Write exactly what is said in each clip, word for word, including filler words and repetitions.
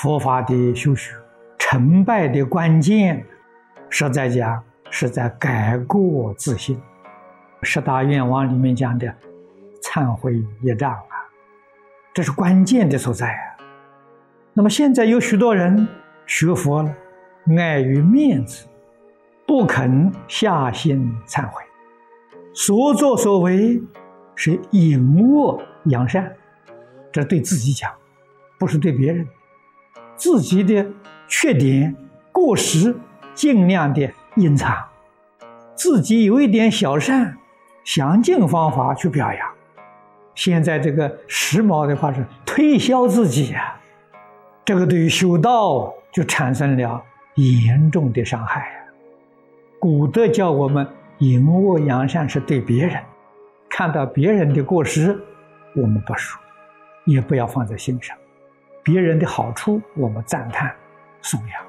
佛法的修学成败的关键，实在讲是在改过自新。十大愿望里面讲的忏悔业障啊，这是关键的所在啊。那么现在有许多人学佛了，碍于面子，不肯下心忏悔，所作所为是隐恶扬善，这对自己讲，不是对别人。自己的缺点过失尽量的隐藏，自己有一点小善，想尽方法去表扬。现在这个时髦的话是推销自己啊，这个对于修道就产生了严重的伤害啊。古德教我们隐恶扬善是对别人，看到别人的过失我们不说，也不要放在心上，别人的好处我们赞叹颂扬。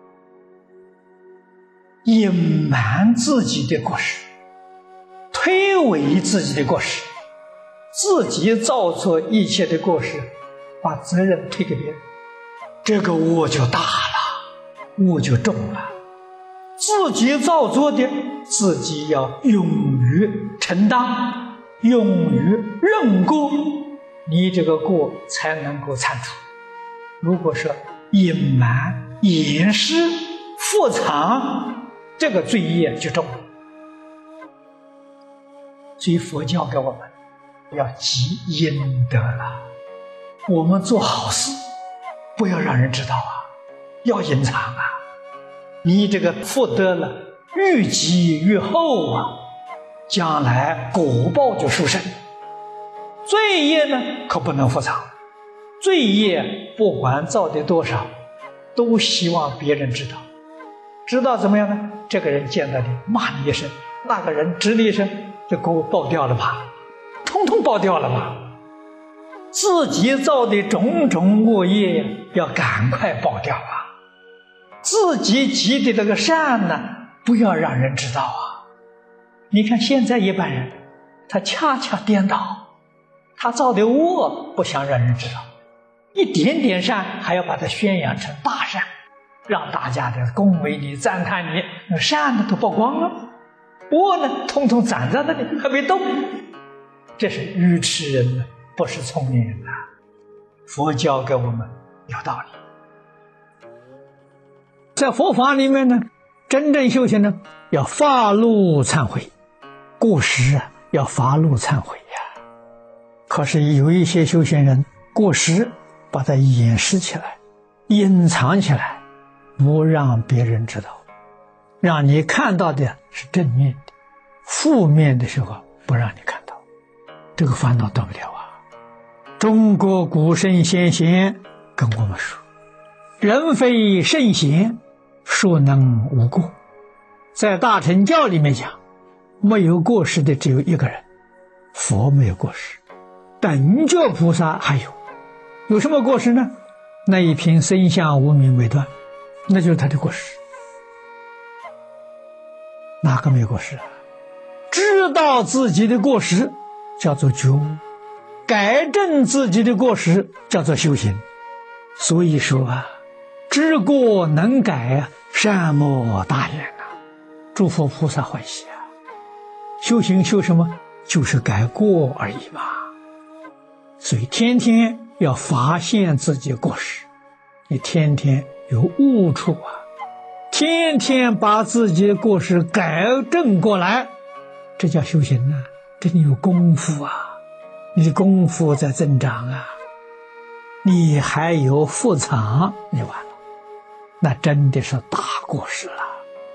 隐瞒自己的过失，推诿自己的过失，自己造作一切的过失，把责任推给别人，这个恶就大了，恶就重了。自己造作的，自己要勇于承担，勇于认过，你这个过才能够铲除。如果是隐瞒、掩饰、覆藏，这个罪业就重了。所以佛教给我们要积阴德了。我们做好事不要让人知道啊，要隐藏啊。你这个福德了，愈积愈厚啊，将来果报就殊胜。罪业呢，可不能覆藏。罪业不管造的多少，都希望别人知道。知道怎么样呢？这个人见到你骂你一声，那个人指你一声，这锅爆掉了吧，通通爆掉了吧。自己造的种种恶业要赶快爆掉啊。自己积的这个善呢，不要让人知道啊。你看现在一般人，他恰恰颠倒，他造的恶不想让人知道，一点点善还要把它宣扬成大善，让大家的恭维你、赞叹你，善的都曝光了，恶呢通通攒在那里还没动。这是愚痴人呢，不是聪明人啊。佛教给我们有道理。在佛法里面呢，真正修行呢，要发怒忏悔，过失啊要发怒忏悔呀、啊。可是有一些修行人过失把它掩饰起来，隐藏起来，不让别人知道，让你看到的是正面的，负面的时候不让你看到，这个烦恼断不了啊。中国古圣先贤跟我们说，人非圣贤，孰能无过？在大乘教里面讲，没有过失的只有一个人，佛没有过失，等觉菩萨还有。有什么过失呢？那一品生相无明未断，那就是他的过失。哪个没有过失啊？知道自己的过失叫做觉悟，改正自己的过失叫做修行。所以说啊，知过能改啊，善莫大焉啊，诸佛菩萨欢喜啊。修行修什么？就是改过而已嘛。所以天天要发现自己过失，你天天有悟处啊，天天把自己的过失改正过来，这叫修行啊，这你有功夫啊，你的功夫在增长啊。你还有覆藏，你完了，那真的是大过失了。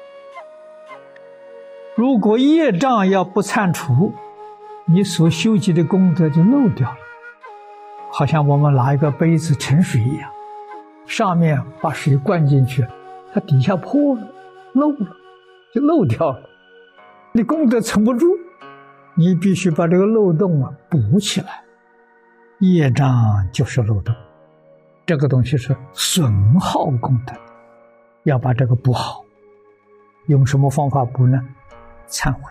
如果业障要不忏除，你所修集的功德就漏掉了。好像我们拿一个杯子盛水一样，上面把水灌进去，它底下破了，漏了，就漏掉了。你功德撑不住，你必须把这个漏洞啊补起来。业障就是漏洞，这个东西是损耗功德，要把这个补好。用什么方法补呢？忏悔。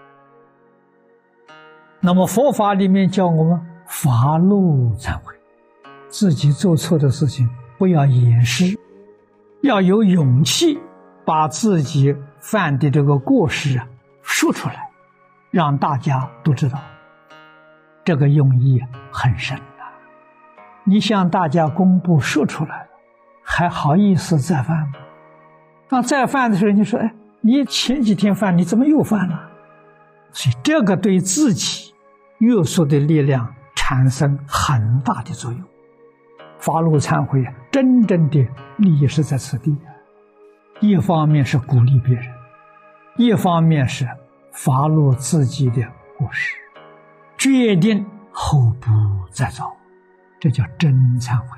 那么佛法里面教我们发怒忏悔，自己做错的事情不不要掩饰，要有勇气把自己犯的这个过失啊说出来，让大家都知道。这个用意很深啊！你向大家公布说出来了，还好意思再犯吗？当再犯的时候，你说：“哎，你前几天犯，你怎么又犯了？”所以这个对自己约束的力量产生很大的作用。发露忏悔真正的利益是在此地，一方面是鼓励别人，一方面是发露自己的过失，决定后不再造，这叫真忏悔。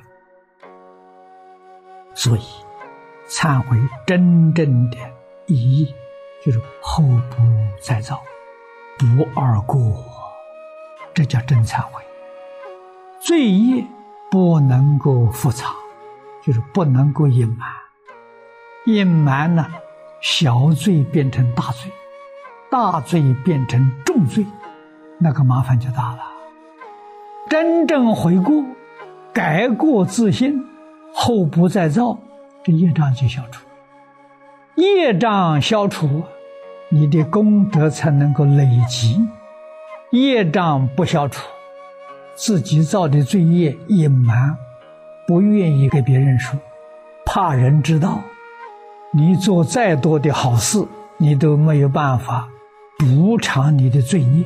所以忏悔真正的意义就是后不再造，不二过，这叫真忏悔。罪业不能够复藏，就是不能够隐瞒。隐瞒呢，小罪变成大罪，大罪变成重罪，那个麻烦就大了。真正悔过，改过自新，后不再造，这业障就消除。业障消除，你的功德才能够累积。业障不消除，自己造的罪业隐瞒，不愿意给别人说，怕人知道，你做再多的好事，你都没有办法补偿你的罪孽。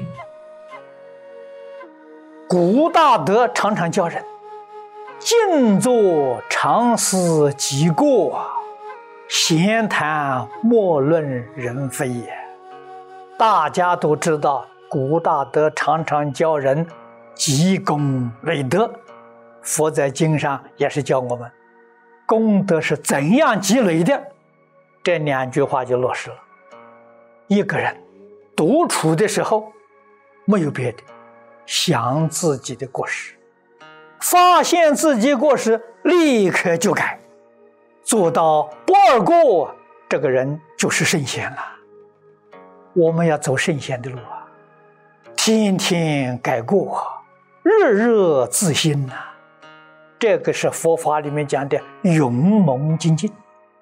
古大德常常教人，静坐常思己过，闲谈莫论人非也。大家都知道，古大德常常教人积功累德，佛在经上也是教我们功德是怎样积累的，这两句话就落实了。一个人独处的时候，没有别的，想自己的过失，发现自己过失，立刻就改，做到不二过，这个人就是圣贤了。我们要走圣贤的路啊，天天改过，日日自新呐、啊，这个是佛法里面讲的勇猛精进。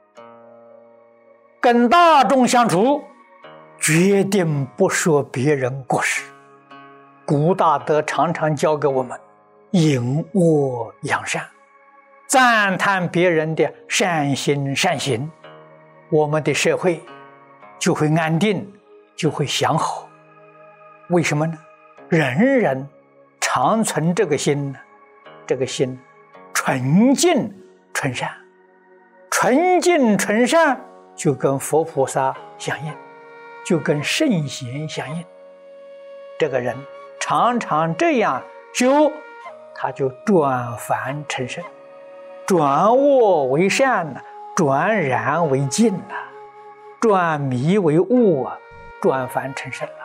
跟大众相处，决定不说别人过失。古大德常常教给我们引恶扬善，赞叹别人的善心善行，我们的社会就会安定，就会祥和。为什么呢？人人常存这个心呢，这个心纯净纯善，纯净纯善就跟佛菩萨相应，就跟圣贤相应。这个人常常这样修，他就转凡成圣，转恶为善，转染为净，转迷为悟，转凡成圣。